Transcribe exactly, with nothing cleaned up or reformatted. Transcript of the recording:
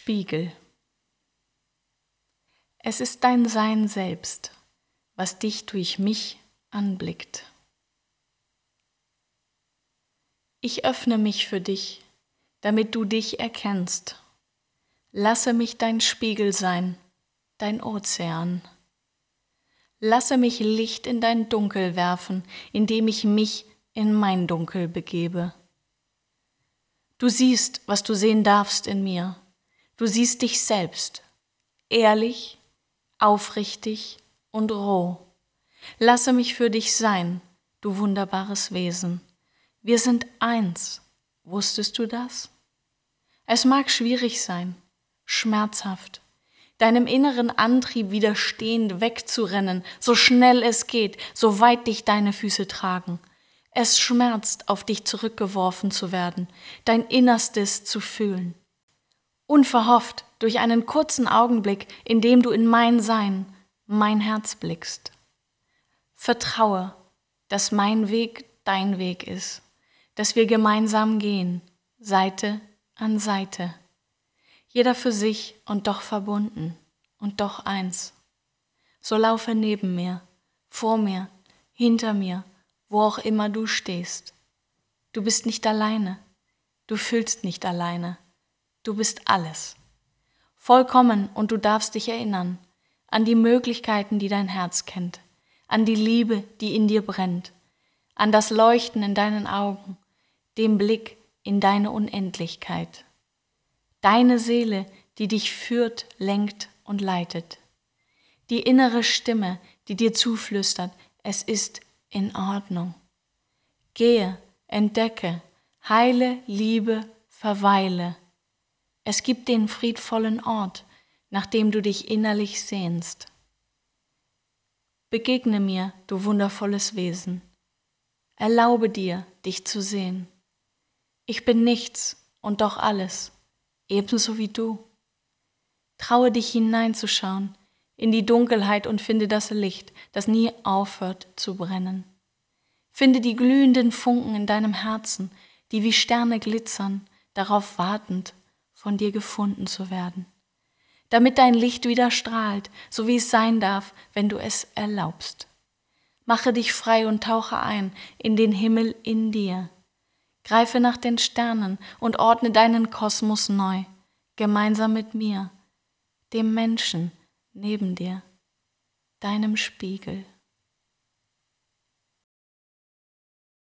Spiegel. Es ist dein Sein selbst, was dich durch mich anblickt. Ich öffne mich für dich, damit du dich erkennst. Lasse mich dein Spiegel sein, dein Ozean. Lasse mich Licht in dein Dunkel werfen, indem ich mich in mein Dunkel begebe. Du siehst, was du sehen darfst in mir. Du siehst dich selbst, ehrlich, aufrichtig und roh. Lasse mich für dich sein, du wunderbares Wesen. Wir sind eins. Wusstest du das? Es mag schwierig sein, schmerzhaft, deinem inneren Antrieb widerstehend wegzurennen, so schnell es geht, so weit dich deine Füße tragen. Es schmerzt, auf dich zurückgeworfen zu werden, dein Innerstes zu fühlen. Unverhofft durch einen kurzen Augenblick, in dem du in mein Sein, mein Herz blickst. Vertraue, dass mein Weg dein Weg ist, dass wir gemeinsam gehen, Seite an Seite. Jeder für sich und doch verbunden und doch eins. So laufe neben mir, vor mir, hinter mir, wo auch immer du stehst. Du bist nicht alleine, du fühlst nicht alleine, du bist alles. Vollkommen, und du darfst dich erinnern an die Möglichkeiten, die dein Herz kennt, an die Liebe, die in dir brennt, an das Leuchten in deinen Augen, den Blick in deine Unendlichkeit. Deine Seele, die dich führt, lenkt und leitet. Die innere Stimme, die dir zuflüstert, es ist in Ordnung. Gehe, entdecke, heile, liebe, verweile. Es gibt den friedvollen Ort, nach dem du dich innerlich sehnst. Begegne mir, du wundervolles Wesen. Erlaube dir, dich zu sehen. Ich bin nichts und doch alles, ebenso wie du. Traue dich hineinzuschauen in die Dunkelheit und finde das Licht, das nie aufhört zu brennen. Finde die glühenden Funken in deinem Herzen, die wie Sterne glitzern, darauf wartend, von dir gefunden zu werden. Damit dein Licht wieder strahlt, so wie es sein darf, wenn du es erlaubst. Mache dich frei und tauche ein in den Himmel in dir. Greife nach den Sternen und ordne deinen Kosmos neu, gemeinsam mit mir, dem Menschen neben dir, deinem Spiegel.